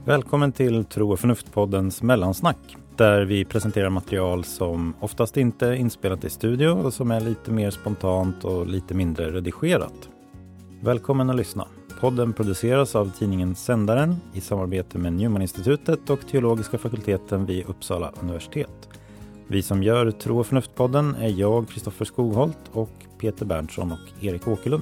Välkommen till Tro och förnuft-poddens mellansnack, där vi presenterar material som oftast inte är inspelat i studio och som är lite mer spontant och lite mindre redigerat. Välkommen att lyssna. Podden produceras av tidningen Sändaren i samarbete med Newman-institutet och teologiska fakulteten vid Uppsala universitet. Vi som gör Tro och förnuft-podden är jag, Kristoffer Skogholt, och Peter Berntsson och Erik Åkerlund.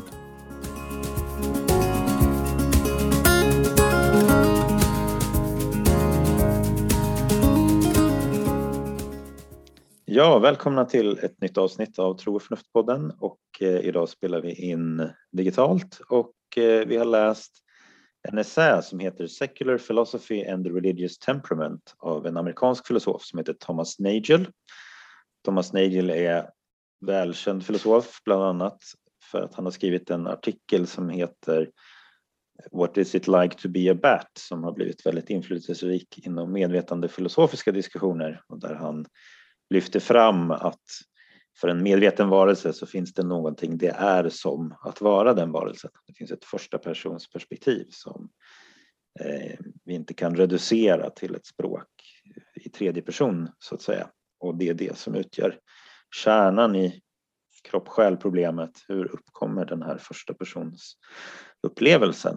Ja, välkomna till ett nytt avsnitt av Tro och förnuft-podden, och idag spelar vi in digitalt, och vi har läst en essä som heter Secular Philosophy and the Religious Temperament av en amerikansk filosof som heter Thomas Nagel. Thomas Nagel är välkänd filosof, bland annat för att han har skrivit en artikel som heter What is it like to be a bat, som har blivit väldigt inflytelserik inom medvetande filosofiska diskussioner, och där han lyfter fram att för en medveten varelse så finns det någonting det är som att vara den varelsen. Det finns ett första persons perspektiv som vi inte kan reducera till ett språk i tredje person, så att säga. Och det är det som utgör kärnan i kropp-själ-problemet. Hur uppkommer den här första persons upplevelsen?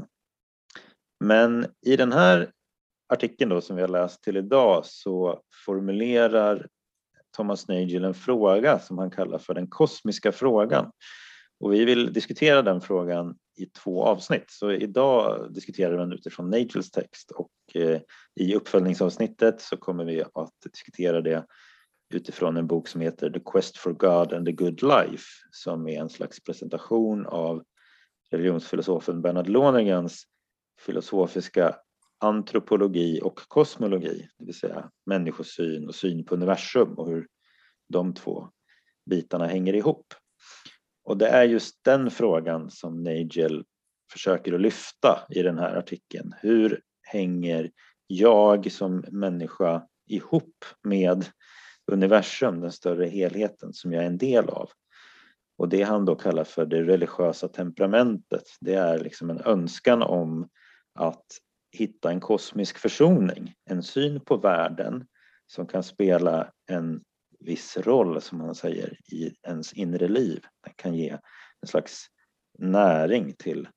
Men i den här artikeln då, som vi har läst till idag, så formulerar Thomas Nagel en fråga som han kallar för den kosmiska frågan. Och vi vill diskutera den frågan i 2 avsnitt. Så idag diskuterar vi den utifrån Nagels text, och i uppföljningsavsnittet så kommer vi att diskutera det utifrån en bok som heter The Quest for God and the Good Life, som är en slags presentation av religionsfilosofen Bernard Lonergans filosofiska antropologi och kosmologi, det vill säga människosyn och syn på universum, och hur de 2 bitarna hänger ihop. Och det är just den frågan som Nagel försöker att lyfta i den här artikeln. Hur hänger jag som människa ihop med universum, den större helheten som jag är en del av? Och det han då kallar för det religiösa temperamentet, det är liksom en önskan om att hitta en kosmisk försoning, en syn på världen som kan spela en viss roll, som man säger, i ens inre liv. Den kan ge en slags näring till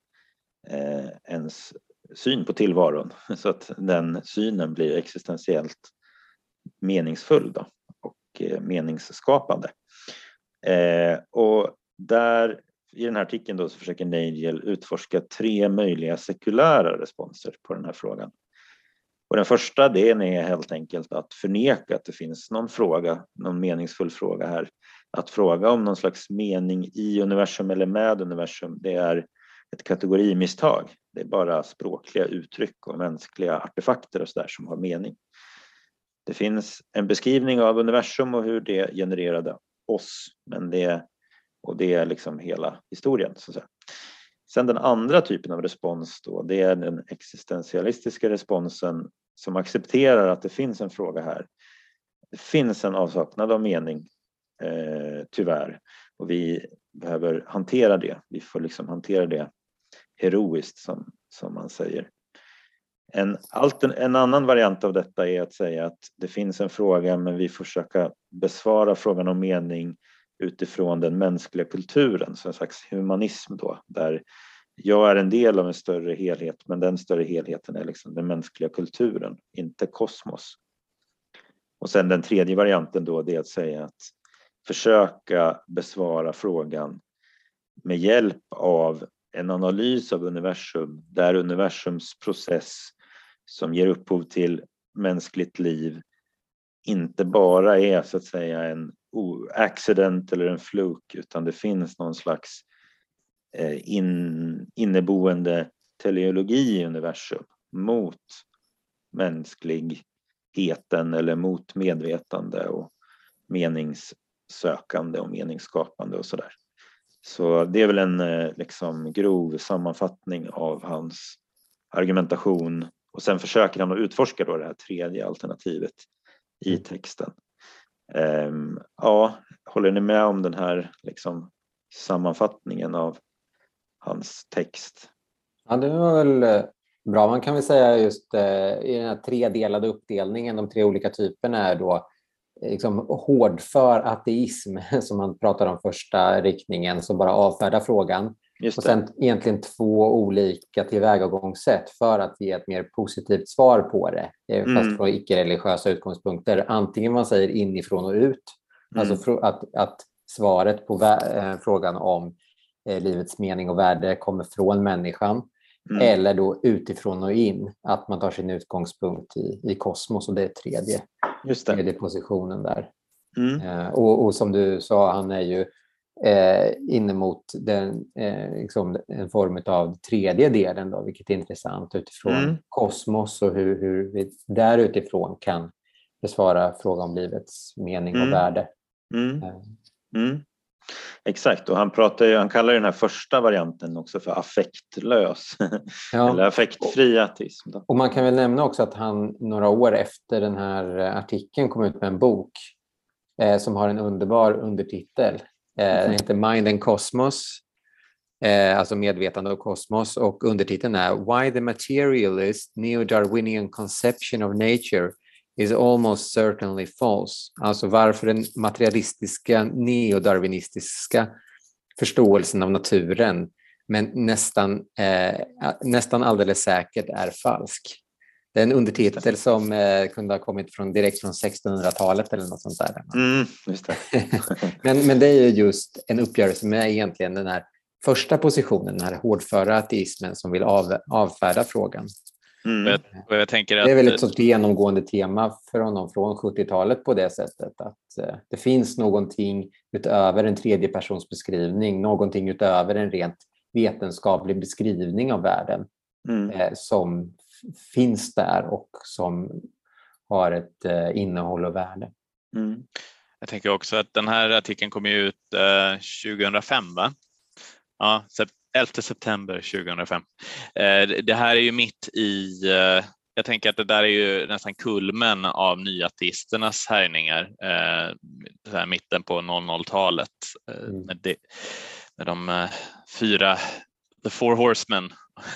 ens syn på tillvaron, så att den synen blir existentiellt meningsfull då, och meningsskapande. Och där i den här artikeln då så försöker Nagel utforska 3 möjliga sekulära responser på den här frågan. Och den första, det är helt enkelt att förneka att det finns någon fråga, någon meningsfull fråga här. Att fråga om någon slags mening i universum eller med universum, det är ett kategorimisstag. Det är bara språkliga uttryck och mänskliga artefakter och så där som har mening. Det finns en beskrivning av universum och hur det genererade oss, men det är liksom hela historien, så att säga. Sen den andra typen av respons då, det är den existentialistiska responsen som accepterar att det finns en fråga här. Det finns en avsaknad av mening, tyvärr. Och vi behöver hantera det. Vi får liksom hantera det heroiskt, som man säger. En annan variant av detta är att säga att det finns en fråga, men vi får försöka besvara frågan om mening utifrån den mänskliga kulturen, så en slags humanism då, där jag är en del av en större helhet, men den större helheten är liksom den mänskliga kulturen, inte kosmos. Och sen den tredje varianten då, det är att säga att försöka besvara frågan med hjälp av en analys av universum, där universums process som ger upphov till mänskligt liv inte bara är så att säga en accident eller en fluk, utan det finns någon slags inneboende teleologi i universum mot mänskligheten, eller mot medvetande och meningssökande och meningsskapande och sådär. Så det är väl en liksom grov sammanfattning av hans argumentation, och sen försöker han att utforska då det här tredje alternativet i texten. Ja, håller ni med om den här liksom sammanfattningen av hans text? Ja, det var väl Bra, man kan väl säga just i den här tredelade uppdelningen, de tre olika typerna är då liksom hårdför ateism som man pratar om första riktningen, som bara avfärdar frågan. Och sen egentligen två olika tillvägagångssätt för att ge ett mer positivt svar på det, fast från icke-religiösa utgångspunkter. Antingen man säger inifrån och ut, alltså att svaret på frågan om livets mening och värde kommer från människan, eller då utifrån och in, att man tar sin utgångspunkt i kosmos, och det är tredje positionen där. Och som du sa, han är ju inne mot liksom en form av tredje delen då, vilket är intressant utifrån kosmos och hur vi där utifrån kan besvara frågan om livets mening och värde. Exakt, och han kallar den här första varianten också för affektlös eller affektfri ateism då. Och man kan väl nämna också att han några år efter den här artikeln kom ut med en bok som har en underbar undertitel. Den heter Mind and Cosmos, alltså medvetande och kosmos, och undertiteln är Why the materialist neo-Darwinian conception of nature is almost certainly false. Alltså varför den materialistiska neodarwinistiska förståelsen av naturen men nästan alldeles säkert är falsk. Det är en undertitel som kunde ha kommit direkt från 1600-talet eller något sånt där. Just det. men det är ju just en uppgörelse med egentligen den här första positionen, den här hårdföra ateismen som vill avfärda frågan. Och jag tänker att det är väl ett sorts genomgående tema för honom från 70-talet på det sättet att det finns någonting utöver en tredjepersonsbeskrivning, någonting utöver en rent vetenskaplig beskrivning av världen som finns där och som har ett innehåll och värde. Jag tänker också att den här artikeln kom ut 2005, va? Ja, 11 september 2005. Det här är ju mitt i, jag tänker att det där är ju nästan kulmen av nyateisternas härjningar, så här mitten på 00-talet med de the four horsemen,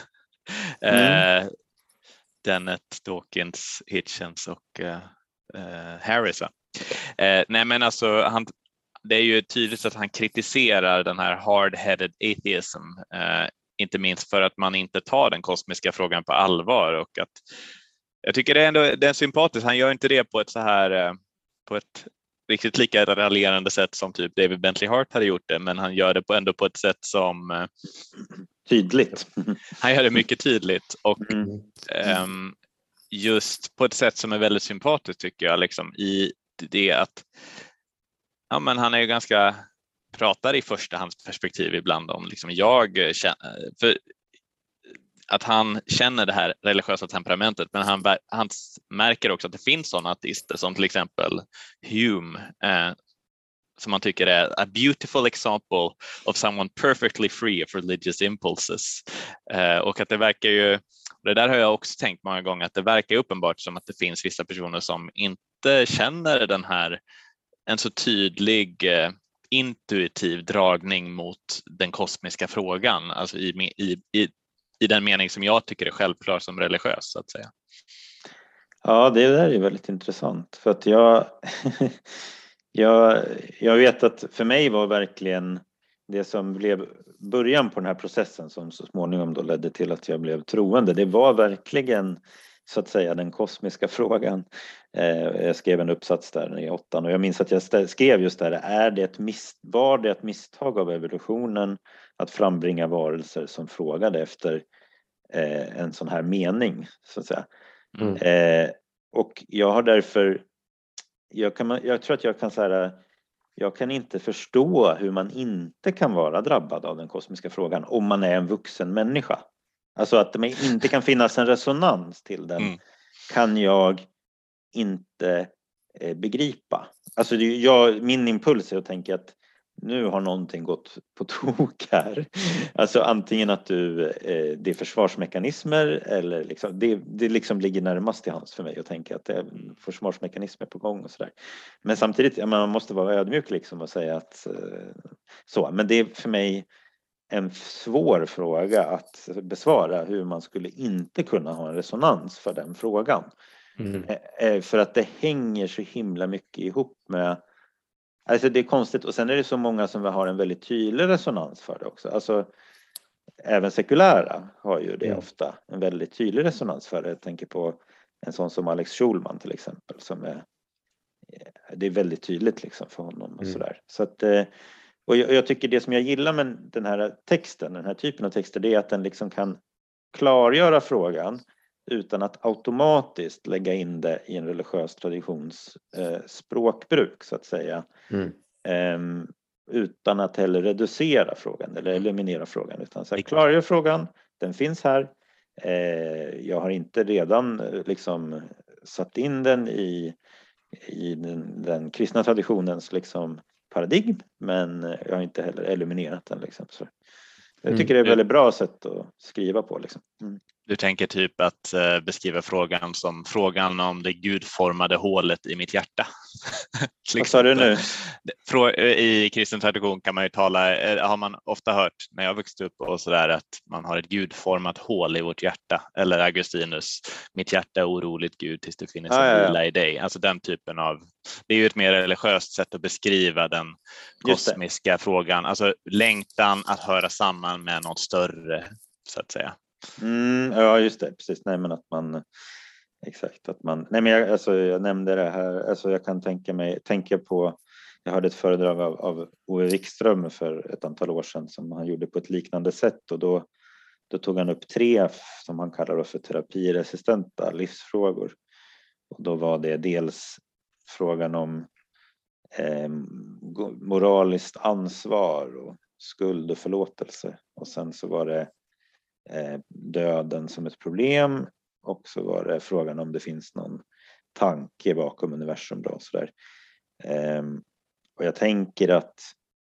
Dennett, Dawkins, Hitchens och Harris. Nej, men alltså det är ju tydligt att han kritiserar den här hard-headed atheism, inte minst för att man inte tar den kosmiska frågan på allvar, och att jag tycker det är sympatiskt. Han gör inte det på ett så här på ett riktigt lika raljerande sätt som typ David Bentley Hart hade gjort det, men han gör det ändå på ett sätt som tydligt. Han gör det mycket tydligt och just på ett sätt som är väldigt sympatiskt, tycker jag, liksom i det att men han är ju pratar i förstahandsperspektiv ibland om liksom för att han känner det här religiösa temperamentet, men han märker också att det finns sådana ateister som till exempel Hume, som man tycker är a beautiful example of someone perfectly free of religious impulses. Och att det verkar ju, det där har jag också tänkt många gånger, att det verkar uppenbart som att det finns vissa personer som inte känner en så tydlig intuitiv dragning mot den kosmiska frågan, alltså i den mening som jag tycker är självklar som religiös, så att säga. Ja, det där är väldigt intressant, för att jag vet att för mig var verkligen det som blev början på den här processen som så småningom då ledde till att jag blev troende. Det var verkligen så att säga den kosmiska frågan. Jag skrev en uppsats där i 8:an och jag minns att jag skrev just där, var det ett misstag av evolutionen att frambringa varelser som frågade efter en sån här mening, så att säga. Och jag har därför, jag tror att jag kan säga, jag kan inte förstå hur man inte kan vara drabbad av den kosmiska frågan om man är en vuxen människa. Alltså att det inte kan finnas en resonans till den kan jag inte begripa. Alltså min impuls är att tänka att nu har någonting gått på tok här. Alltså antingen att det är försvarsmekanismer eller liksom, det liksom ligger närmast till hands för mig att tänka att det är försvarsmekanismer på gång och sådär. Men samtidigt, man måste vara ödmjuk liksom och säga att så. Men det är för mig, en svår fråga att besvara, hur man skulle inte kunna ha en resonans för den frågan. För att det hänger så himla mycket ihop med, alltså det är konstigt, och sen är det så många som har en väldigt tydlig resonans för det också. Alltså även sekulära har ju det ofta, en väldigt tydlig resonans för det. Jag tänker på en sån som Alex Schulman till exempel, som det är väldigt tydligt liksom för honom och sådär. Så att, och jag tycker det som jag gillar med den här texten, den här typen av texter, det är att den liksom kan klargöra frågan utan att automatiskt lägga in det i en religiös traditions språkbruk så att säga. Utan att heller reducera frågan eller eliminera frågan, utan så här, klargör frågan, den finns här. Jag har inte redan liksom satt in den i den kristna traditionens liksom paradigm, men jag har inte heller eliminerat den liksom. Så jag tycker det är ett väldigt bra sätt att skriva på liksom. Du tänker typ att beskriva frågan som frågan om det gudformade hålet i mitt hjärta. Vad sa du nu? I kristen tradition kan man ju har man ofta hört när jag växte upp och sådär, att man har ett gudformat hål i vårt hjärta. Eller Augustinus, mitt hjärta är oroligt Gud tills det finns en vila i dig. Alltså den typen av, det är ju ett mer religiöst sätt att beskriva den kosmiska frågan. Alltså längtan att höra samman med något större så att säga. Ja just det, precis. Nej men att man exakt att man, nej men jag nämnde det här, alltså jag kan tänka på, jag hörde ett föredrag av Ove Wikström för ett antal år sedan som han gjorde på ett liknande sätt, och då tog han upp 3 som han kallar för terapiresistenta livsfrågor, och då var det dels frågan om moraliskt ansvar och skuld och förlåtelse, och sen så var det döden som ett problem, och så var det frågan om det finns någon tanke bakom universum då, så där. Och jag tänker att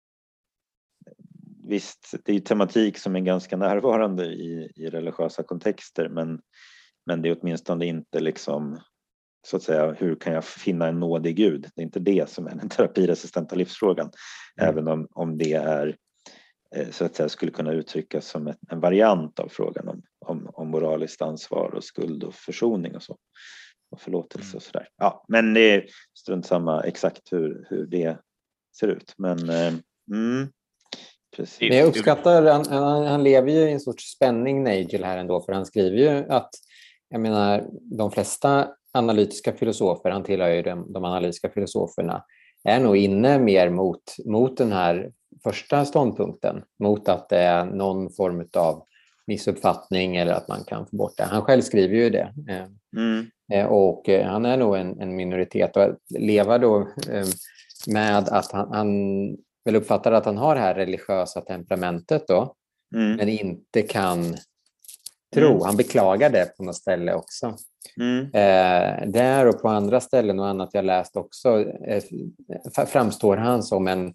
visst, det är tematik som är ganska närvarande i religiösa kontexter, men det är åtminstone inte liksom så att säga, hur kan jag finna en nådig Gud? Det är inte det som är den terapiresistenta livsfrågan, även om det är så att säga skulle kunna uttryckas som en variant av frågan om moraliskt ansvar och skuld och försoning och så, och förlåtelse och sådär. Ja, men det är strunt samma exakt hur det ser ut, men precis. Men jag uppskattar, han lever ju i en sorts spänning, Nagel, här ändå, för han skriver ju att, jag menar, de flesta analytiska filosofer, han tillhör ju de analytiska filosoferna, är nog inne mer mot den här första ståndpunkten, mot att det är någon form av missuppfattning eller att man kan få bort det. Han själv skriver ju det. Och han är nog en minoritet, och att leva då med att han väl uppfattar att han har det här religiösa temperamentet då, men inte kan tro. Han beklagar det på något ställe också. Där och på andra ställen och annat jag läst också framstår han som en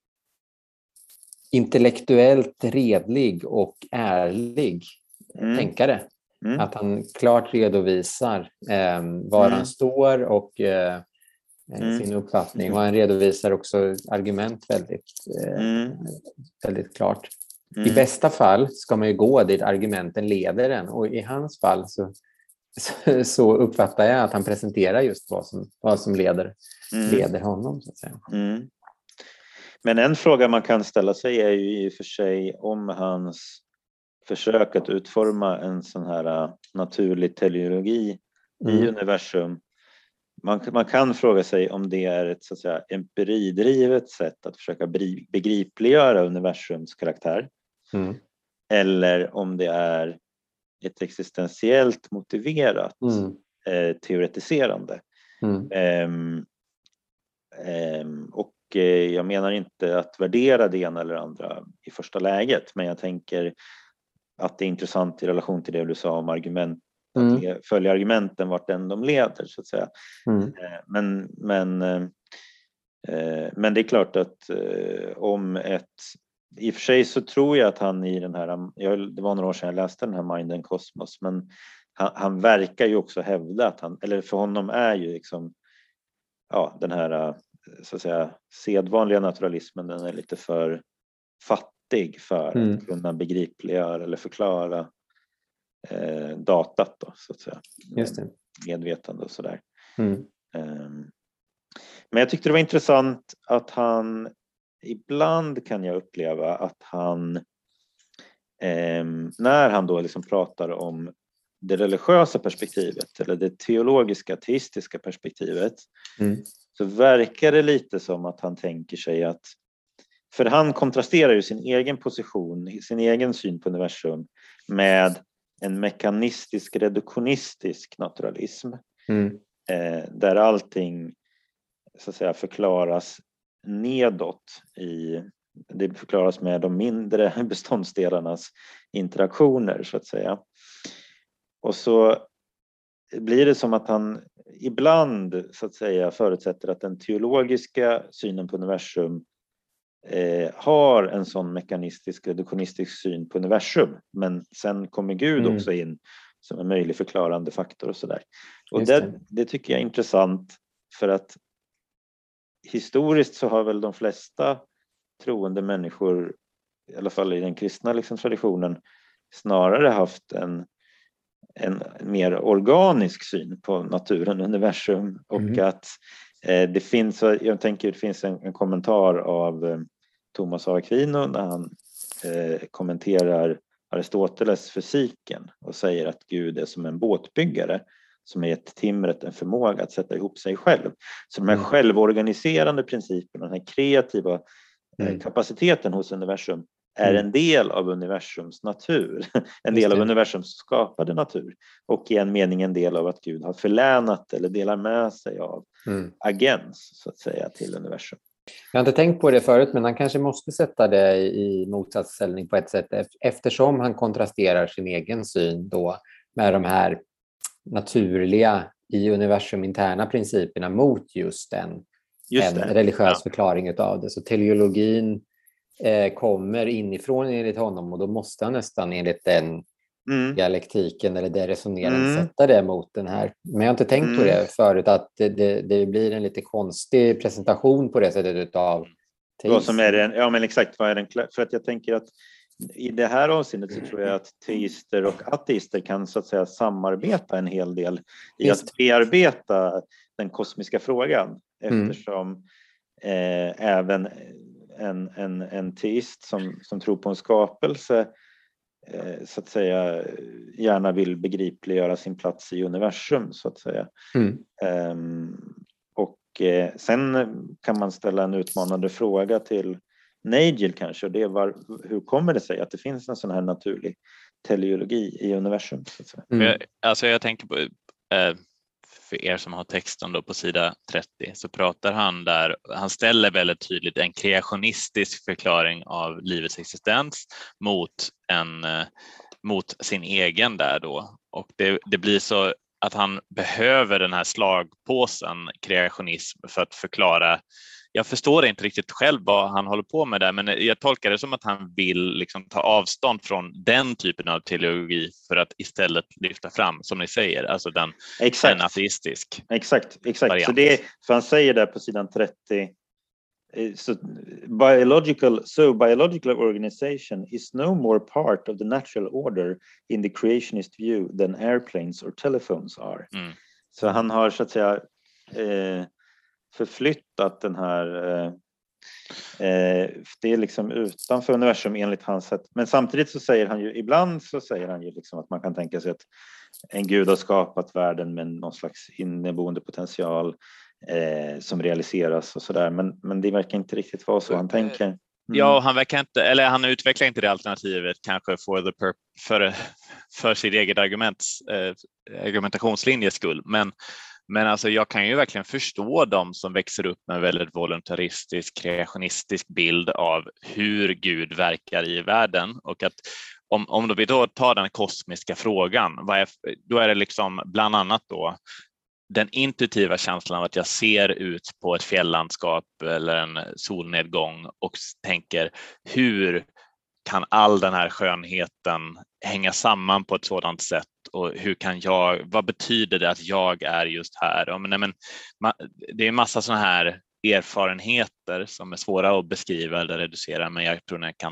intellektuellt redlig och ärlig tänkare. Att han klart redovisar var han står och sin uppfattning, och han redovisar också argument väldigt klart. I bästa fall ska man ju gå dit argumenten leder en, och i hans fall så uppfattar jag att han presenterar just vad som leder honom så att säga. Men en fråga man kan ställa sig är ju i och för sig om hans försök att utforma en sån här naturlig teleologi i universum. Man kan fråga sig om det är ett så att säga empiridrivet sätt att försöka begripliggöra universums karaktär, eller om det är ett existentiellt motiverat teoretiserande. Och jag menar inte att värdera det ena eller andra i första läget, men jag tänker att det är intressant i relation till det du sa om argument, att följa argumenten vart än de leder så att säga. Men det är klart att i och för sig så tror jag att han i den här, det var några år sedan jag läste den här Mind and Cosmos, men han verkar ju också hävda att eller för honom är ju liksom den här så att säga sedvanliga naturalismen, den är lite för nyttig för att kunna begripliggöra eller förklara datat då, så att säga. Just det. Medvetande och sådär. Mm. Men jag tyckte det var intressant att han ibland kan jag uppleva att han när han då liksom pratar om det religiösa perspektivet eller det teologiska, ateistiska perspektivet, så verkar det lite som att han tänker sig att, för han kontrasterar ju sin egen position, sin egen syn på universum med en mekanistisk reduktionistisk naturalism, där allting så att säga förklaras nedåt det förklaras med de mindre beståndsdelarnas interaktioner, så att säga. Och så blir det som att han ibland, så att säga, förutsätter att den teologiska synen på universum har en sån mekanistisk reduktionistisk syn på universum, men sen kommer Gud också in som en möjlig förklarande faktor och sådär. Och det tycker jag är intressant, för att historiskt så har väl de flesta troende människor, i alla fall i den kristna liksom traditionen, snarare haft en mer organisk syn på naturen, universum, och att det finns, jag tänker det finns en kommentar av Thomas Aquino när han kommenterar Aristoteles fysiken och säger att Gud är som en båtbyggare som har gett timret en förmåga att sätta ihop sig själv. Så de här självorganiserande principerna, den här kreativa kapaciteten hos universum är en del av universums natur, en del av universums skapade natur, och i en mening en del av att Gud har förlänat eller delar med sig av agens, så att säga, till universum. Jag har inte tänkt på det förut, men han kanske måste sätta det i motsatsställning på ett sätt, eftersom han kontrasterar sin egen syn då med de här naturliga i universum interna principerna mot just en religiös förklaring utav det. Så teleologin kommer inifrån enligt honom, och då måste han nästan enligt den dialektiken eller det resonerandet sätta det mot den här. Men jag har inte tänkt på det förut, att det blir en lite konstig presentation på det sättet utav teism. Vad som är den, ja men exakt, vad är den, för att jag tänker att i det här avseendet så tror jag att teister och ateister kan så att säga samarbeta en hel del i att bearbeta den kosmiska frågan, eftersom även en teist som tror på en skapelse så att säga gärna vill begripliggöra sin plats i universum, så att säga. Och sen kan man ställa en utmanande fråga till Nagel kanske, och det är hur kommer det sig att det finns en sån här naturlig teleologi i universum, så att säga. Alltså jag tänker på för er som har texten då på sida 30, så pratar han ställer väldigt tydligt en kreationistisk förklaring av livets existens mot sin egen där då, och det blir så att han behöver den här slagpåsen kreationism för att förklara. Jag förstår inte riktigt själv vad han håller på med där, men jag tolkar det som att han vill liksom ta avstånd från den typen av teologi för att istället lyfta fram, som ni säger, alltså den ateistisk. Exakt. Så för han säger där på sidan 30, biological organization is no more part of the natural order in the creationist view than airplanes or telephones are. Så han har så att säga förflyttat den här det är liksom utanför universum enligt hans sätt, men samtidigt så säger han ju ibland liksom att man kan tänka sig att en gud har skapat världen med någon slags inneboende potential som realiseras och sådär, men det verkar inte riktigt vara så han tänker. Ja, han verkar inte, eller han utvecklar inte det alternativet kanske för sitt eget argumentationslinjes skull, men alltså jag kan ju verkligen förstå dem som växer upp med en väldigt voluntaristisk, kreationistisk bild av hur Gud verkar i världen, och att om vi då tar den kosmiska frågan, då är det liksom bland annat då den intuitiva känslan av att jag ser ut på ett fjälllandskap eller en solnedgång och tänker, hur kan all den här skönheten hänga samman på ett sådant sätt, och vad betyder det att jag är just här? Det är en massa sådana här erfarenheter som är svåra att beskriva eller reducera, men jag tror att jag kan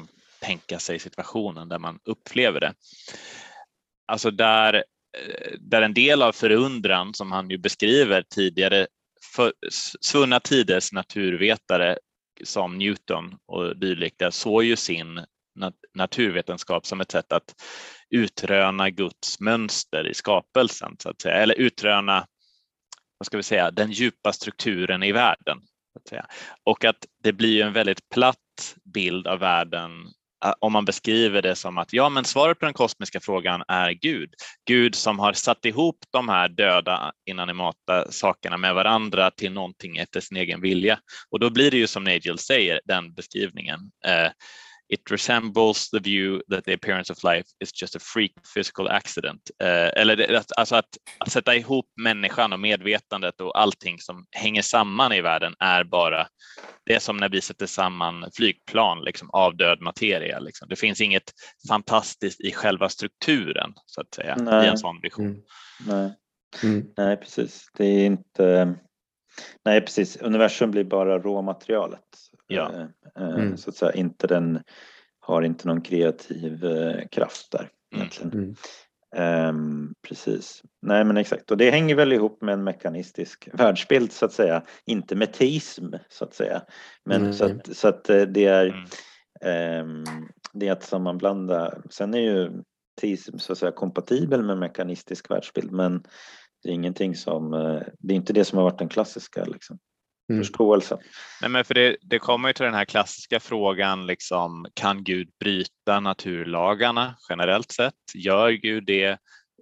tänka sig situationen där man upplever det. Alltså där en del av förundran som han ju beskriver tidigare, svunna tiders naturvetare som Newton och dylika såg ju sin naturvetenskap som ett sätt att utröna Guds mönster i skapelsen, så att säga, eller utröna, vad ska vi säga, den djupa strukturen i världen, så att säga. Och att det blir en väldigt platt bild av världen om man beskriver det som att men svaret på den kosmiska frågan är Gud som har satt ihop de här döda inanimata sakerna med varandra till någonting efter sin egen vilja. Och då blir det ju som Nagel säger, den beskrivningen. It resembles the view that the appearance of life is just a freak physical accident. Alltså att sätta ihop människan och medvetandet och allting som hänger samman i världen är bara det som när vi sätter samman flygplan liksom, av död materia. Liksom. Det finns inget fantastiskt i själva strukturen, så att säga, i en sån vision. Nej, precis. Det är inte... Nej, precis. Universum blir bara råmaterialet. Ja. Så att säga, har inte någon kreativ kraft där egentligen. Precis. Nej, men exakt. Och det hänger väl ihop med en mekanistisk världsbild, så att säga. Inte med teism, så att säga. Men så att det är det är att sammanblanda. Sen är ju teism så att säga kompatibel med mekanistisk världsbild, men det är ingenting som, det är inte det som har varit den klassiska liksom, förståelsen. Nej, men för det kommer ju till den här klassiska frågan, liksom, kan Gud bryta naturlagarna generellt sett? Gör Gud det?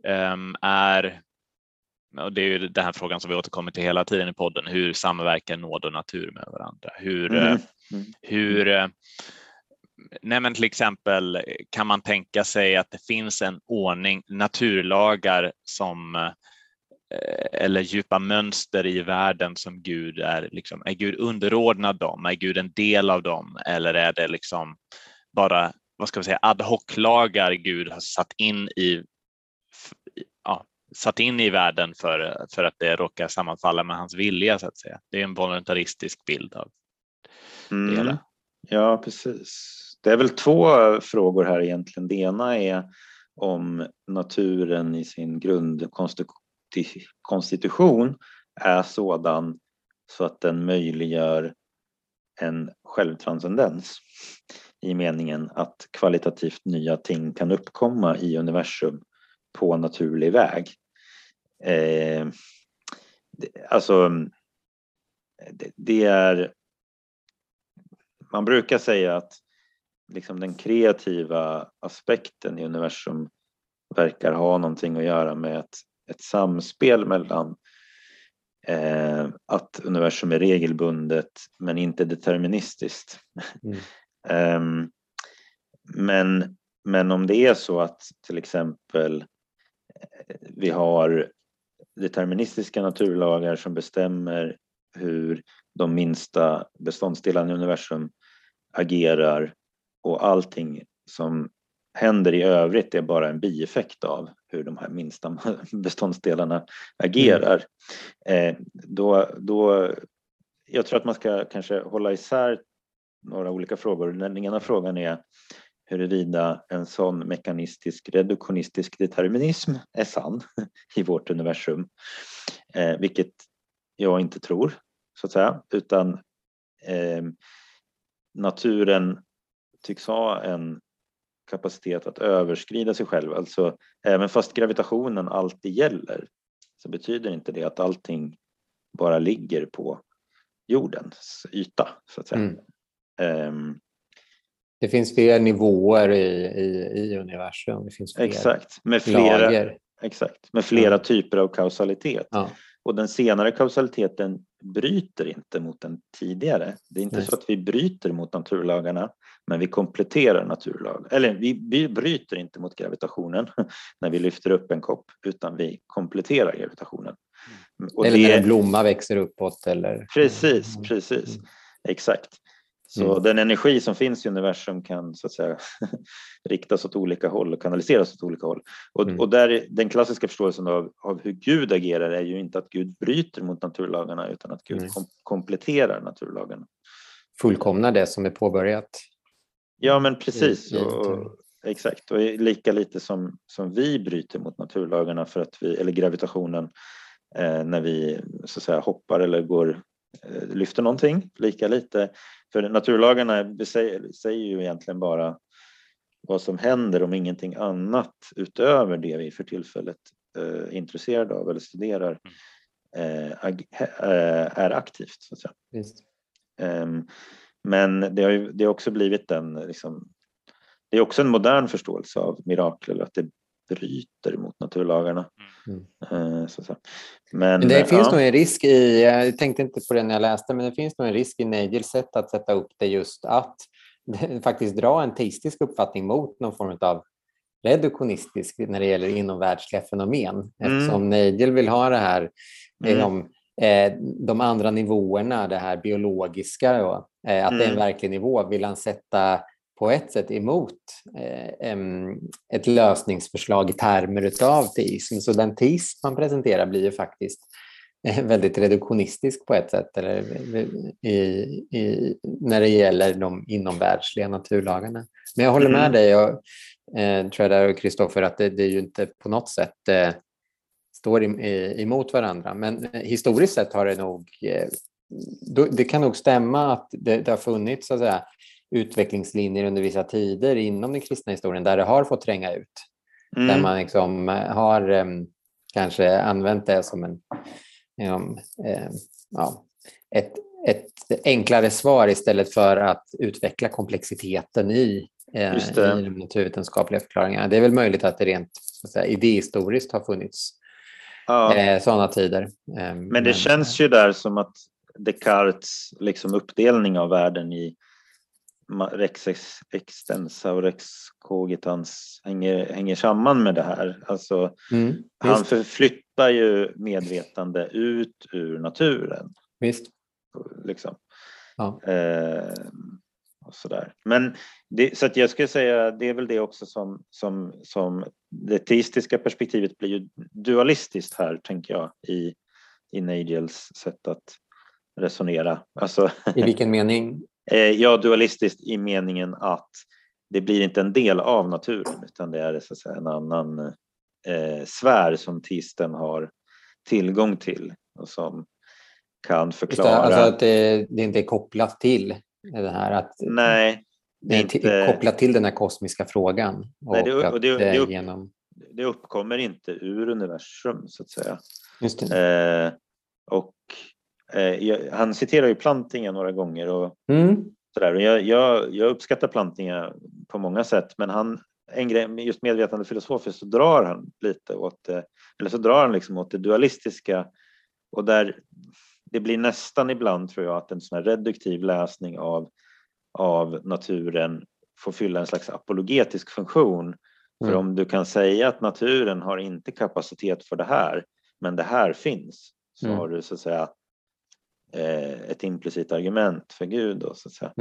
Och det är ju den här frågan som vi återkommer till hela tiden i podden. Hur samverkar nåd och natur med varandra? Nej, men till exempel kan man tänka sig att det finns en ordning, naturlagar som eller djupa mönster i världen som Gud är Gud underordnad dem? Är Gud en del av dem? Eller är det liksom bara, vad ska vi säga, ad hoc-lagar Gud har satt in i världen för att det råkar sammanfalla med hans vilja, så att säga. Det är en voluntaristisk bild av det hela. Ja, precis. Det är väl två frågor här egentligen. Det ena är om naturen i sin grundkonstitution är sådan så att den möjliggör en självtranscendens, i meningen att kvalitativt nya ting kan uppkomma i universum på naturlig väg. Det är, man brukar säga att liksom den kreativa aspekten i universum verkar ha någonting att göra med ett samspel mellan att universum är regelbundet men inte deterministiskt. Men om det är så att till exempel vi har deterministiska naturlagar som bestämmer hur de minsta beståndsdelarna i universum agerar, och allting som händer i övrigt är bara en bieffekt av hur de här minsta beståndsdelarna agerar. Då jag tror att man ska kanske hålla isär några olika frågor. Den ena frågan är huruvida en sån mekanistisk reduktionistisk determinism är sann i vårt universum, vilket jag inte tror, så att säga, utan naturen tycks ha en kapacitet att överskrida sig själv. Alltså även fast gravitationen alltid gäller, så betyder inte det att allting bara ligger på jordens yta, så att säga. Det finns fler nivåer i universum. Det finns fler lager. Exakt, med flera typer av kausalitet. Ja. Och den senare kausaliteten bryter inte mot den tidigare. Det är inte så att vi bryter mot naturlagarna, men vi kompletterar naturlagarna. Eller vi bryter inte mot gravitationen när vi lyfter upp en kopp, utan vi kompletterar gravitationen. Och eller när en blomma växer uppåt. Eller... Precis. Exakt. Så den energi som finns i universum kan så att säga riktas åt olika håll och kanaliseras åt olika håll. Och där, den klassiska förståelsen av hur Gud agerar är ju inte att Gud bryter mot naturlagarna, utan att Gud kompletterar naturlagarna. Fullkomnar det som är påbörjat. Ja, men precis. Exakt. Och lika lite som vi bryter mot naturlagarna för att eller gravitationen när vi så att säga hoppar eller lyfter någonting, lika lite. För naturlagarna säger ju egentligen bara vad som händer om ingenting annat utöver det vi för tillfället är intresserade av eller studerar är aktivt, så att säga. Men det har också blivit det är också en modern förståelse av mirakel, att det bryter mot naturlagarna. Så att säga. Men det finns nog en risk jag tänkte inte på det när jag läste, men det finns nog en risk i Nagels sätt att sätta upp det, just att faktiskt dra en teistisk uppfattning mot någon form av reduktionistisk när det gäller inomvärldsliga fenomen. Eftersom Nagel vill ha det här de andra nivåerna, det här biologiska då, att det är en verklig nivå, vill han sätta på ett sätt emot ett lösningsförslag i termer utav teism. Så den teism man presenterar blir ju faktiskt väldigt reduktionistisk på ett sätt, eller när det gäller de inomvärldsliga naturlagarna. Men jag håller med dig och Tredar och Kristoffer att det är ju inte på något sätt står emot varandra. Men historiskt sett har det nog det kan nog stämma att det har funnits, så att säga, utvecklingslinjer under vissa tider inom den kristna historien där det har fått tränga ut. Där man liksom har kanske använt det som ett enklare svar istället för att utveckla komplexiteten i de naturvetenskapliga förklaringarna. Det är väl möjligt att det rent, så att säga, idéhistoriskt har funnits sådana tider. Men det känns ju där som att Descartes liksom uppdelning av världen i rex extensa och rex cogitans hänger samman med det här. Alltså, han förflyttar ju medvetande ut ur naturen. Visst. Liksom. Ja. Och sådär. Men så att jag skulle säga, det är väl det också som det teistiska perspektivet blir ju dualistiskt här, tänker jag, i Nagels sätt att resonera. Alltså, i vilken mening? Ja, dualistiskt i meningen att det blir inte en del av naturen, utan det är, så att säga, en annan sfär som teisten har tillgång till och som kan förklara. Just det, alltså att det inte är kopplat till det här att nej, det är inte kopplat till den här kosmiska frågan. Nej, det uppkommer inte ur universum, så att säga. Just det. Han citerar ju Plantinga några gånger och sådär. Jag uppskattar Plantinga på många sätt, men en grej, just medvetande filosofiskt, så drar han lite åt det dualistiska, och där det blir nästan ibland, tror jag, att en sån här reduktiv läsning av naturen får fylla en slags apologetisk funktion. För om du kan säga att naturen har inte kapacitet för det här, men det här finns, så har du, så att säga, ett implicit argument för Gud då, så att säga.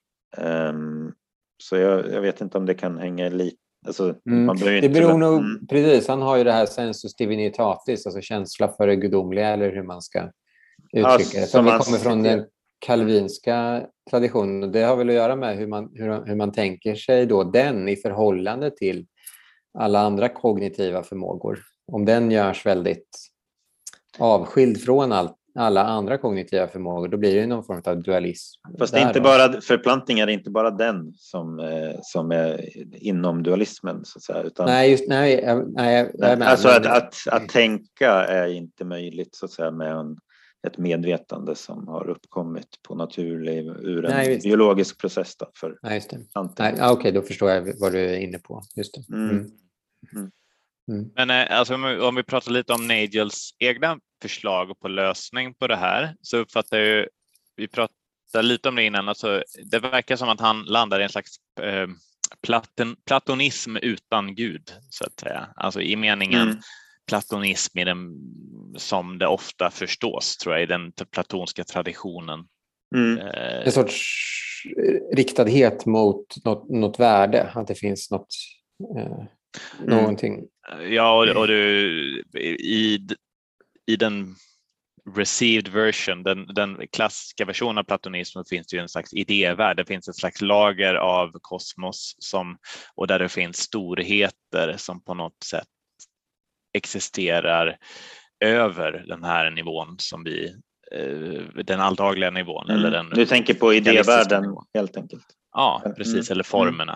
Så jag vet inte om det kan hänga lite. Alltså, man det beror nog, precis, han har ju det här sensus divinitatis, alltså känsla för det gudomliga, eller hur man ska uttrycka det. Som vi kommer från den kalvinska traditionen. Det har väl att göra med hur man tänker sig då den i förhållande till alla andra kognitiva förmågor. Om den görs väldigt avskild från alla andra kognitiva förmågor, då blir det någon form av dualism. Fast det är inte bara, för Plantinga är det inte bara den som är inom dualismen, så att säga, utan att tänka är inte möjligt, så att säga, med ett medvetande som har uppkommit på naturlig ur en biologisk process då, för Plantinga. Okej, då förstår jag vad du är inne på. Just det. Men alltså, om vi pratar lite om Nagels egna förslag på lösning på det här, så uppfattar jag, vi pratade lite om det innan, alltså, det verkar som att han landar i en slags platonism utan Gud, så att säga. Alltså i meningen platonism som det ofta förstås, tror jag, i den platonska traditionen. En sorts riktadhet mot något värde, att det finns någonting. Ja, och i den received version, den klassiska versionen av platonismen, finns det ju en slags idévärld. Det finns ett slags lager av kosmos och där det finns storheter som på något sätt existerar över den här nivån som den alldagliga nivån. Eller den du tänker på idévärlden nivån. Helt enkelt. Ja, precis, eller formerna.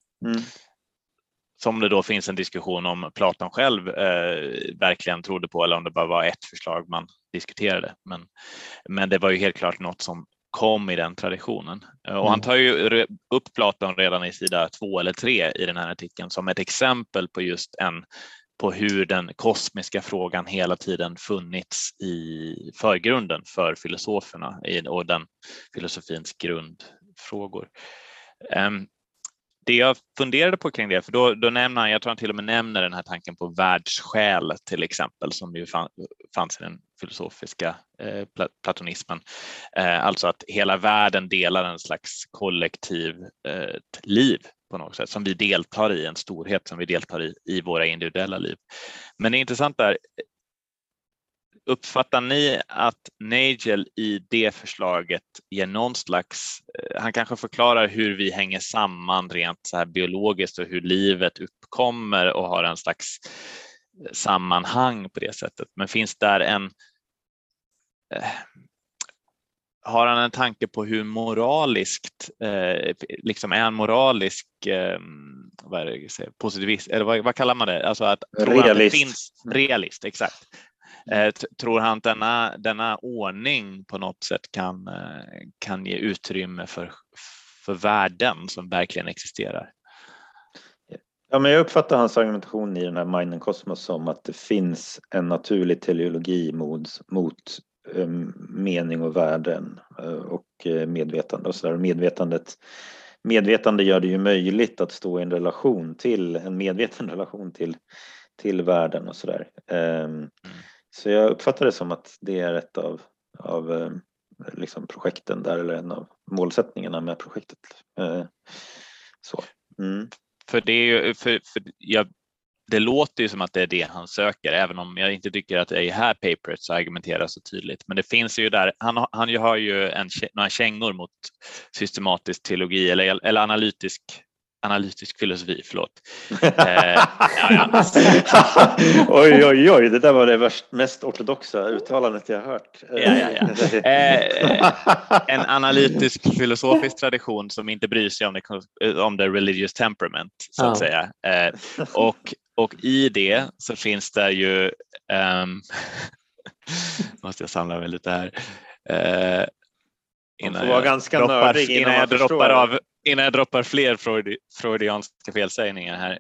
Som det då finns en diskussion om Platon själv verkligen trodde på, eller om det bara var ett förslag man diskuterade. Men det var ju helt klart något som kom i den traditionen. Och han tar ju upp Platon redan i sida 2 eller 3 i den här artikeln som ett exempel på just på hur den kosmiska frågan hela tiden funnits i förgrunden för filosoferna och den filosofins grundfrågor. Det jag funderade på kring det, för då nämner han, jag tror han till och med nämner den här tanken på världssjäl till exempel, som ju fanns i den filosofiska platonismen. Alltså att hela världen delar en slags kollektiv liv på något sätt, som vi deltar i, en storhet som vi deltar i våra individuella liv. Men det intressanta är, uppfattar ni att Nagel i det förslaget ger någon slags, han kanske förklarar hur vi hänger samman rent så här biologiskt och hur livet uppkommer och har en slags sammanhang på det sättet. Men finns där har han en tanke på hur moraliskt, liksom är en moralisk vad är det jag säger, positivist, eller vad kallar man det? Alltså att realist. Finns realist, exakt. Tror han att denna ordning på något sätt kan ge utrymme för värden som verkligen existerar? Ja, men jag uppfattar hans argumentation i den här Mind and Cosmos som att det finns en naturlig teleologi mot mening och värden och medvetande och sådär. Medvetande gör det ju möjligt att stå i en medveten relation till världen och sådär. Så jag uppfattar det som att det är ett av liksom projekten där, eller en av målsättningarna med projektet. Så. För det är ju, det låter ju som att det är det han söker, även om jag inte tycker att det är här paperet så argumenterar så tydligt. Men det finns ju där, han har ju några kängor mot systematisk teologi eller analytisk filosofi, förlåt. Oj, det där var det mest ortodoxa uttalandet jag hört. En analytisk filosofisk tradition som inte bryr sig om the religious temperament, så att säga. Och i det så finns det ju måste jag samla mig lite här innan jag droppar fler freudianska felsägningar här.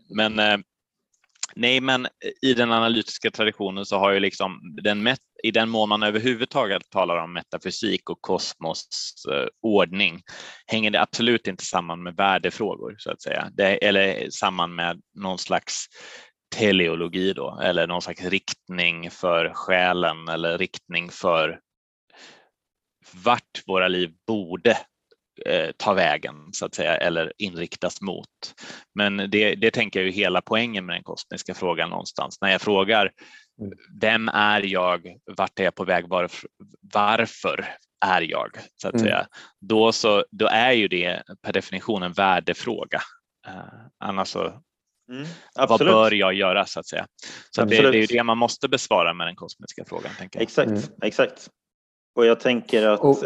Men i den analytiska traditionen så har ju liksom i den mån man överhuvudtaget talar om metafysik och kosmos ordning, hänger det absolut inte samman med värdefrågor, så att säga. Eller samman med någon slags teleologi då, eller någon slags riktning för själen, eller riktning för vart våra liv borde ta vägen, så att säga, eller inriktas mot. Men det tänker jag ju hela poängen med den kosmiska frågan någonstans. När jag frågar vem är jag, vart är jag på väg, varför är jag, så att säga, då är ju det per definition en värdefråga. Annars så vad bör jag göra, så att säga. Så det är ju det man måste besvara med den kosmiska frågan, tänker jag. Exakt. Och jag tänker att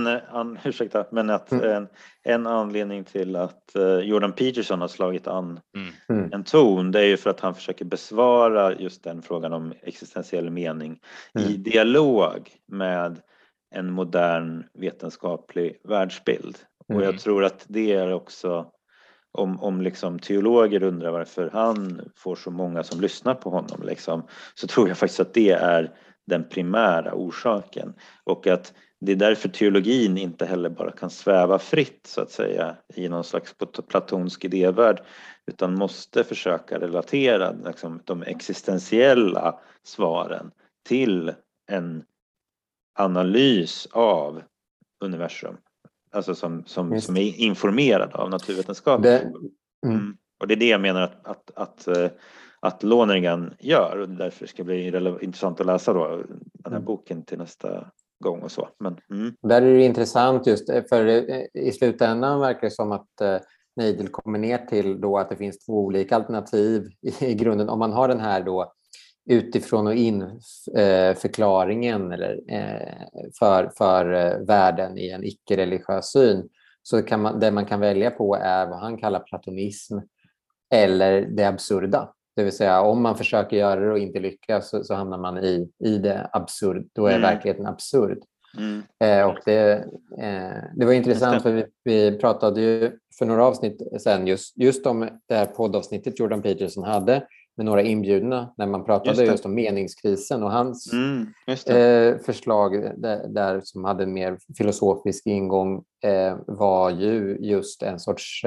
en anledning till att Jordan Peterson har slagit an en ton, det är ju för att han försöker besvara just den frågan om existentiell mening i dialog med en modern vetenskaplig världsbild. Och jag tror att det är också, om liksom teologer undrar varför han får så många som lyssnar på honom liksom, så tror jag faktiskt att det är den primära orsaken, och att det är därför teologin inte heller bara kan sväva fritt, så att säga, i någon slags platonsk idévärld, utan måste försöka relatera liksom de existentiella svaren till en analys av universum, alltså som är informerad av naturvetenskap. Och det är det jag menar att Lonergan gör, och därför ska det bli intressant att läsa då den här boken till nästa gång och så. Men, Där är det intressant just för i slutändan verkar det som att Neidl kommer ner till då att det finns två olika alternativ i grunden. Om man har den här då utifrån och in förklaringen eller för världen i en icke-religiös syn, så kan man, det man kan välja på är vad han kallar platonism eller det absurda. Det vill säga om man försöker göra det och inte lyckas så hamnar man i det absurd. Då är verkligheten absurd. Och det var intressant för vi pratade ju för några avsnitt sen just om det här poddavsnittet Jordan Peterson hade med några inbjudna när man pratade just om meningskrisen och hans förslag där som hade en mer filosofisk ingång var ju just en sorts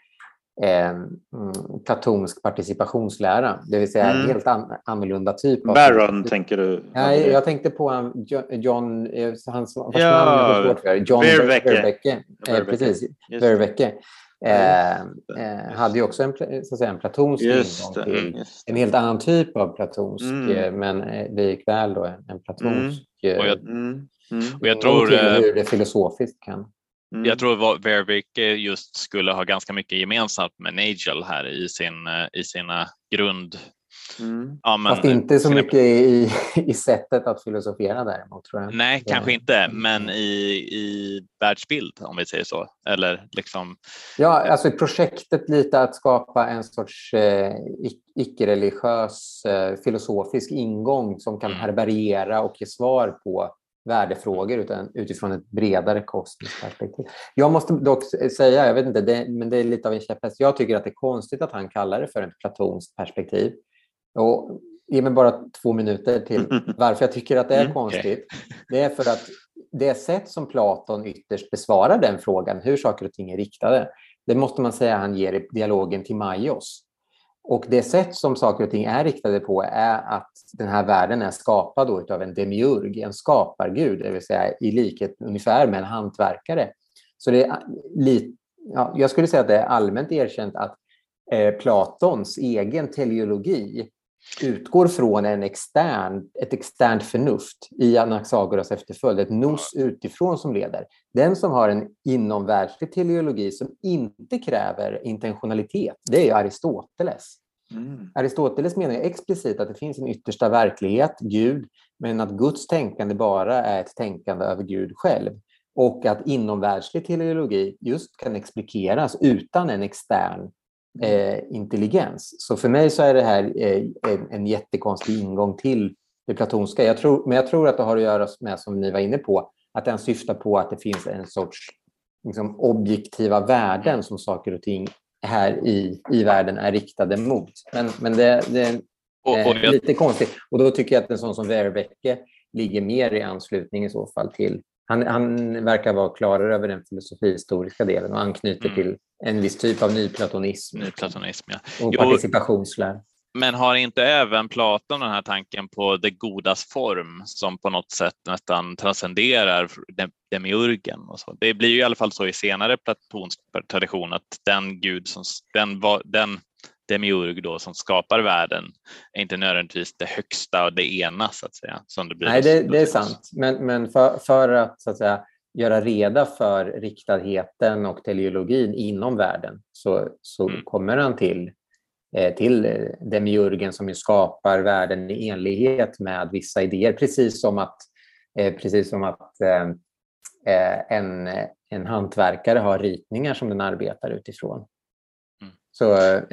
platonsk participationslära, det vill säga en helt annorlunda typ av... Barron tänker du? Nej, jag tänkte på John, hans namn är svårt för. John Vervaeke. Precis, Vervaeke. Hade ju också en platonsk ingång till en helt annan typ av platonsk, men likväl då en platonsk och jag tror hur det filosofiskt kan. Jag tror Vervaeke just skulle ha ganska mycket gemensamt med Nagel här i sina grund. Ja, men, fast inte så mycket i sättet att filosofera däremot, tror jag. Nej, kanske inte, men i världsbild, om vi säger så. Eller liksom... Ja, alltså projektet lite att skapa en sorts icke-religiös filosofisk ingång som kan härbärgera och ge svar på värdefrågor utifrån ett bredare kosmiskt perspektiv. Jag måste dock säga, jag vet inte, men det är lite av en käpphäst. Jag tycker att det är konstigt att han kallar det för ett platonskt perspektiv. Och ge mig bara 2 minuter till varför jag tycker att det är konstigt. Det är för att det sätt som Platon ytterst besvarar den frågan, hur saker och ting är riktade, det måste man säga han ger i dialogen till Maios. Och det sätt som saker och ting är riktade på är att den här världen är skapad då av en demiurg, en skapargud, det vill säga i likhet ungefär med en hantverkare. Så det är jag skulle säga att det är allmänt erkänt att Platons egen teleologi utgår från ett externt förnuft i Anaxagoras efterföljd, ett nos utifrån som leder. Den som har en inomvärldslig teleologi som inte kräver intentionalitet, det är Aristoteles. Aristoteles menar explicit att det finns en yttersta verklighet, Gud, men att Guds tänkande bara är ett tänkande över Gud själv. Och att inomvärldslig teleologi just kan explikeras utan en extern intelligens. Så för mig så är det här en jättekonstig ingång till det platonska. Jag tror att det har att göra med, som ni var inne på, att den syftar på att det finns en sorts liksom, objektiva värden som saker och ting här i världen är riktade mot. Men det är lite konstigt. Och då tycker jag att en sån som Vervaeke ligger mer i anslutning i så fall till... Han verkar vara klarare över den filosofihistoriska delen och anknyter till en viss typ av nyplatonism. Och participationslär. Men har inte även Platon den här tanken på det godas form som på något sätt nästan transcenderar demiurgen och så? Det blir ju i alla fall så i senare platonsk tradition att den gud som den demiurg då som skapar världen är inte nödvändigtvis det högsta och det ena så att säga. Som det blir. Nej, det är sant. Men för att så att säga göra reda för riktadheten och teleologin inom världen så kommer han till demiurgen som ju skapar världen i enlighet med vissa idéer, precis som att en hantverkare har ritningar som den arbetar utifrån. Så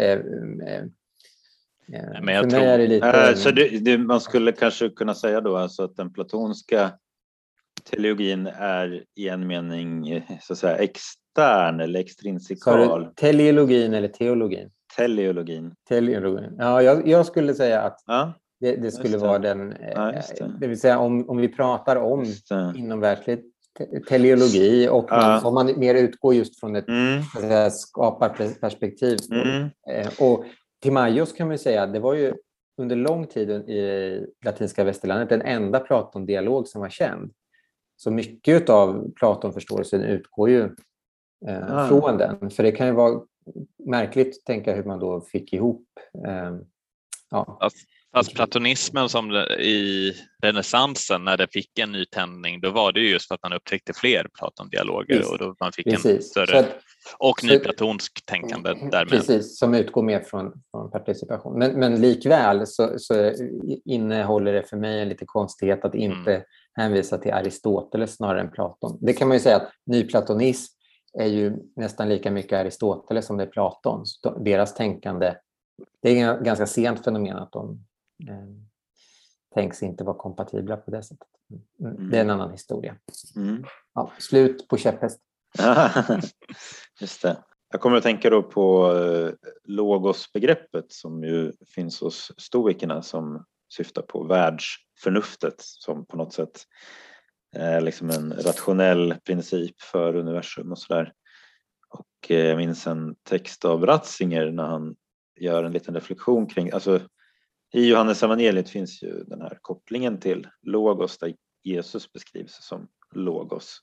men jag tror är det lite... så man skulle kanske kunna säga då alltså att den platonska teologin är i en mening så att säga extern eller extrinsikal. Teleologin eller teologin? Teleologin. Ja, jag skulle säga att det skulle vara den... det vill säga om vi pratar om inomvärldslig teleologi och om man mer utgår just från ett skaparperspektiv. Och Timaios kan man säga, det var ju under lång tid i latinska västerlandet den enda Platon-dialog som var känd. Så mycket av Platon-förståelsen utgår ju från den. För det kan ju vara märkligt att tänka hur man då fick ihop Fast platonismen som i renässansen, när det fick en ny tändning, då var det ju just för att man upptäckte fler Platon-dialoger och då man fick en större och nyplatonsk tänkande därmed. Precis, som utgår mer från participation. Men likväl så innehåller det för mig en lite konstighet att inte hänvisa till Aristoteles snarare än Platon. Det kan man ju säga att nyplatonism är ju nästan lika mycket Aristoteles som det är Platon. Deras tänkande, det är ett ganska sent fenomen att de tänks inte vara kompatibla på det sättet. Det är en annan historia. Ja, slut på käpphäst. Just det. Jag kommer att tänka då på logos-begreppet som ju finns hos stoikerna, som syftar på världsförnuftet som på något sätt är liksom en rationell princip för universum och sådär. Och jag minns en text av Ratzinger när han gör en liten reflektion kring, alltså i Johannes evangeliet finns ju den här kopplingen till logos där Jesus beskrivs som logos.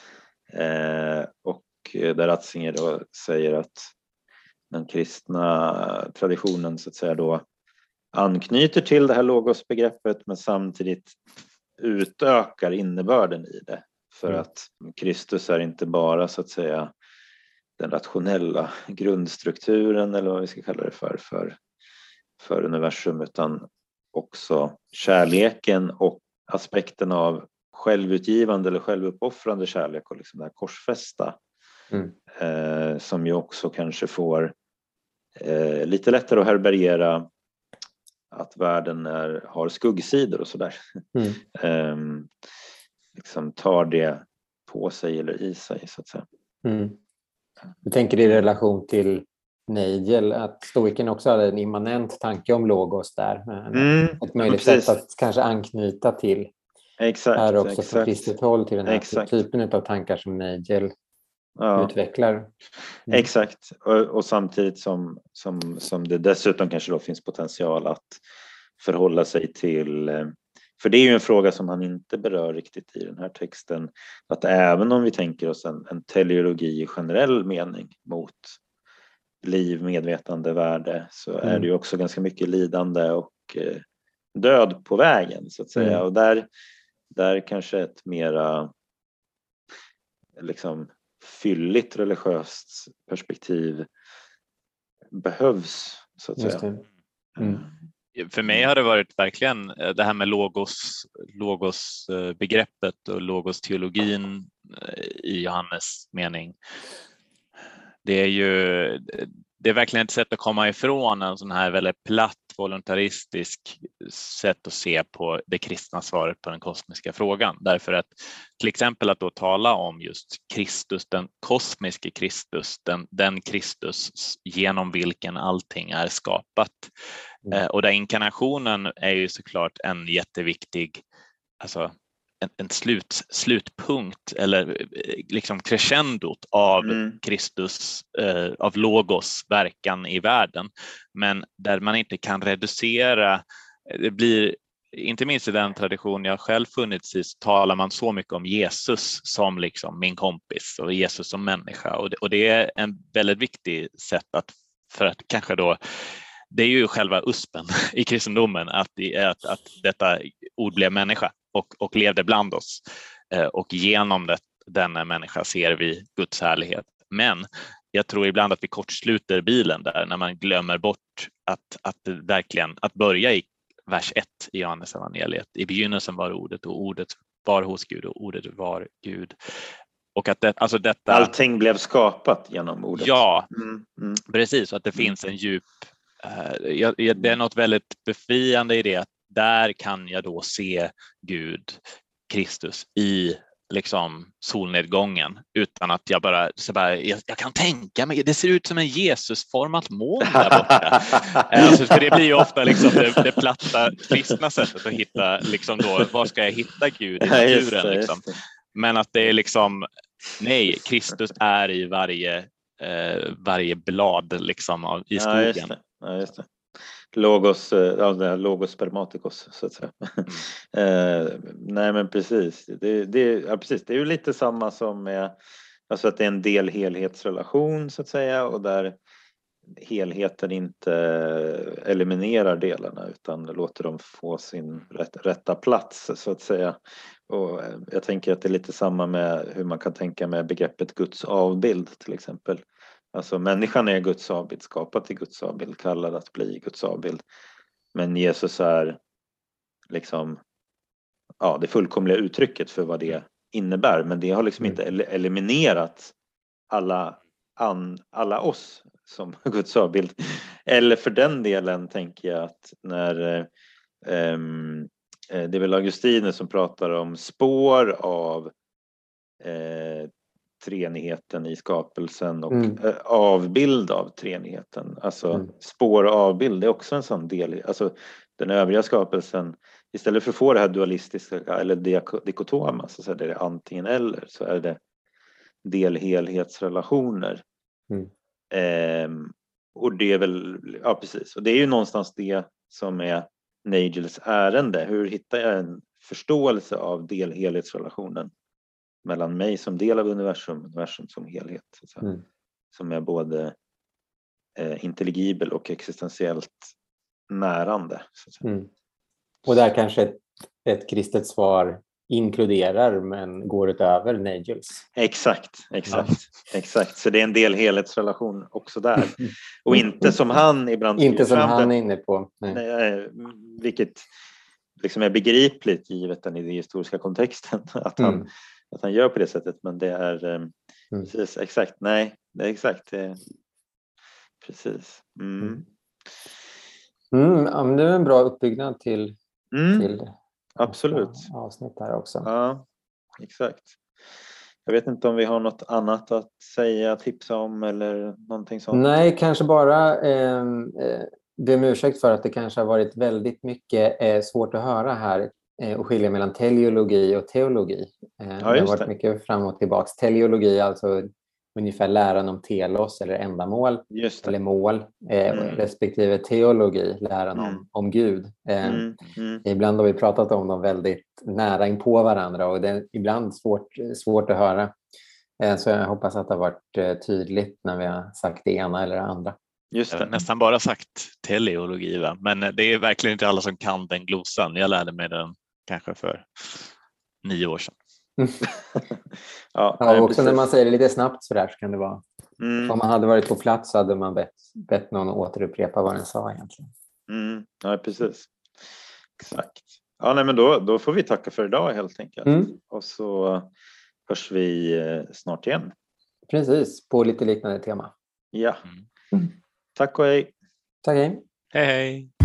Och där Ratzinger då säger att den kristna traditionen så att säga då anknyter till det här logosbegreppet men samtidigt utökar innebörden i det. För att Kristus är inte bara så att säga den rationella grundstrukturen eller vad vi ska kalla det för universum, utan också kärleken och aspekten av självutgivande eller självuppoffrande kärlek och liksom det här korsfästa som ju också kanske får lite lättare att härbärgera att världen har skuggsidor och sådär. Liksom tar det på sig eller i sig så att säga. Jag tänker i relation till Nagel att stoiken också hade en immanent tanke om logos där. Ett möjligt sätt att kanske anknyta till. Exakt, här också från kristet håll till den här typen av tankar som Nagel utvecklar. Exakt, och samtidigt som det dessutom kanske då finns potential att förhålla sig till, för det är ju en fråga som han inte berör riktigt i den här texten, att även om vi tänker oss en teleologi i generell mening mot liv, medvetande, värde, så är det ju också ganska mycket lidande och död på vägen så att säga. Och där kanske ett mera liksom fylligt religiöst perspektiv behövs så att säga. För mig har det varit verkligen det här med logosbegreppet och logosteologin i Johannes mening. Det är verkligen ett sätt att komma ifrån en sån här väldigt platt voluntaristisk sätt att se på det kristna svaret på den kosmiska frågan. Därför att till exempel att då tala om just Kristus, den kosmiska Kristus, den Kristus genom vilken allting är skapat. Och där inkarnationen är ju såklart en jätteviktig, alltså en slutpunkt eller liksom crescendot av Kristus, av logos verkan i världen, men där man inte kan reducera, det blir inte minst i den tradition jag själv funnits i, så talar man så mycket om Jesus som liksom min kompis och Jesus som människa, och det är en väldigt viktig sätt för att kanske då, det är ju själva uspen i kristendomen att detta ord blev människa och levde bland oss, och genom denna människa ser vi Guds härlighet. Men jag tror ibland att vi kortsluter bilen där när man glömmer bort att börja i vers 1 i Johannes evangeliet. I begynnelsen var ordet och ordet var hos Gud och ordet var Gud. Och att detta... Allting blev skapat genom ordet. Ja, precis. Och att det finns en djup... det är något väldigt befriande i det, att där kan jag då se Gud, Kristus i liksom solnedgången, utan att jag kan tänka mig, det ser ut som en Jesusformat moln där borta. Alltså, för det blir ju ofta liksom det platta kristna sättet att hitta liksom då, var ska jag hitta Gud i naturen liksom. Men att det är liksom, nej, Kristus är i varje blad liksom i skogen. Ja, just det. Logos spermaticos så att säga. Nej men precis. Precis. Det är ju lite samma som med, alltså att det är en del helhetsrelation så att säga, och där helheten inte eliminerar delarna utan låter dem få sin rätta plats så att säga. Och jag tänker att det är lite samma med hur man kan tänka med begreppet Guds avbild till exempel. Alltså människan är Guds avbild, skapad i Guds avbild, kallad att bli Guds avbild. Men Jesus är liksom det fullkomliga uttrycket för vad det innebär. Men det har liksom inte eliminerat alla oss som Guds avbild. Eller för den delen tänker jag att när det är väl Augustinus som pratar om spår av treenigheten i skapelsen och avbild av treenigheten. Alltså spår och avbild är också en sån del. Alltså den övriga skapelsen, istället för att få det här dualistiska eller dikotoma, så är det antingen eller, så är det delhelhetsrelationer. Och det är väl, precis. Och det är ju någonstans det som är Nagels ärende. Hur hittar jag en förståelse av delhelhetsrelationen mellan mig som del av universum som helhet. Som är både intelligibel och existentiellt närande. Och där kanske ett kristet svar inkluderar men går utöver Nagels. Exakt. Så det är en del helhetsrelation också där. Och inte som han ibland inte som han är inne på. Nej, vilket liksom är begripligt givet den idéhistoriska kontexten att han gör på det sättet, men det är precis exakt. Nej, det är exakt. Precis. Men det är en bra uppbyggnad till absolut avsnitt här också. Ja, exakt. Jag vet inte om vi har något annat att säga, tipsa om eller någonting sånt. Nej, kanske bara be om ursäkt för att det kanske har varit väldigt mycket svårt att höra här och skilja mellan teleologi och teologi. Det har varit mycket fram och tillbaka. Teleologi, alltså ungefär läran om telos eller ändamål eller mål, respektive teologi, läran om Gud. Ibland har vi pratat om dem väldigt nära in på varandra och det är ibland svårt att höra. Så jag hoppas att det har varit tydligt när vi har sagt det ena eller det andra. Just det. Jag har nästan bara sagt teleologi, va? Men det är verkligen inte alla som kan den glosan. Jag lärde mig den kanske för 9 år sedan. Och också när man säger det lite snabbt så kan det vara. Om man hade varit på plats så hade man bett någon återupprepa vad den sa egentligen. Ja, precis. Exakt. Ja, nej, men då får vi tacka för idag helt enkelt. Och så hörs vi snart igen. Precis, på lite liknande tema. Ja. Tack och hej. Tack, hej. Hej, hej.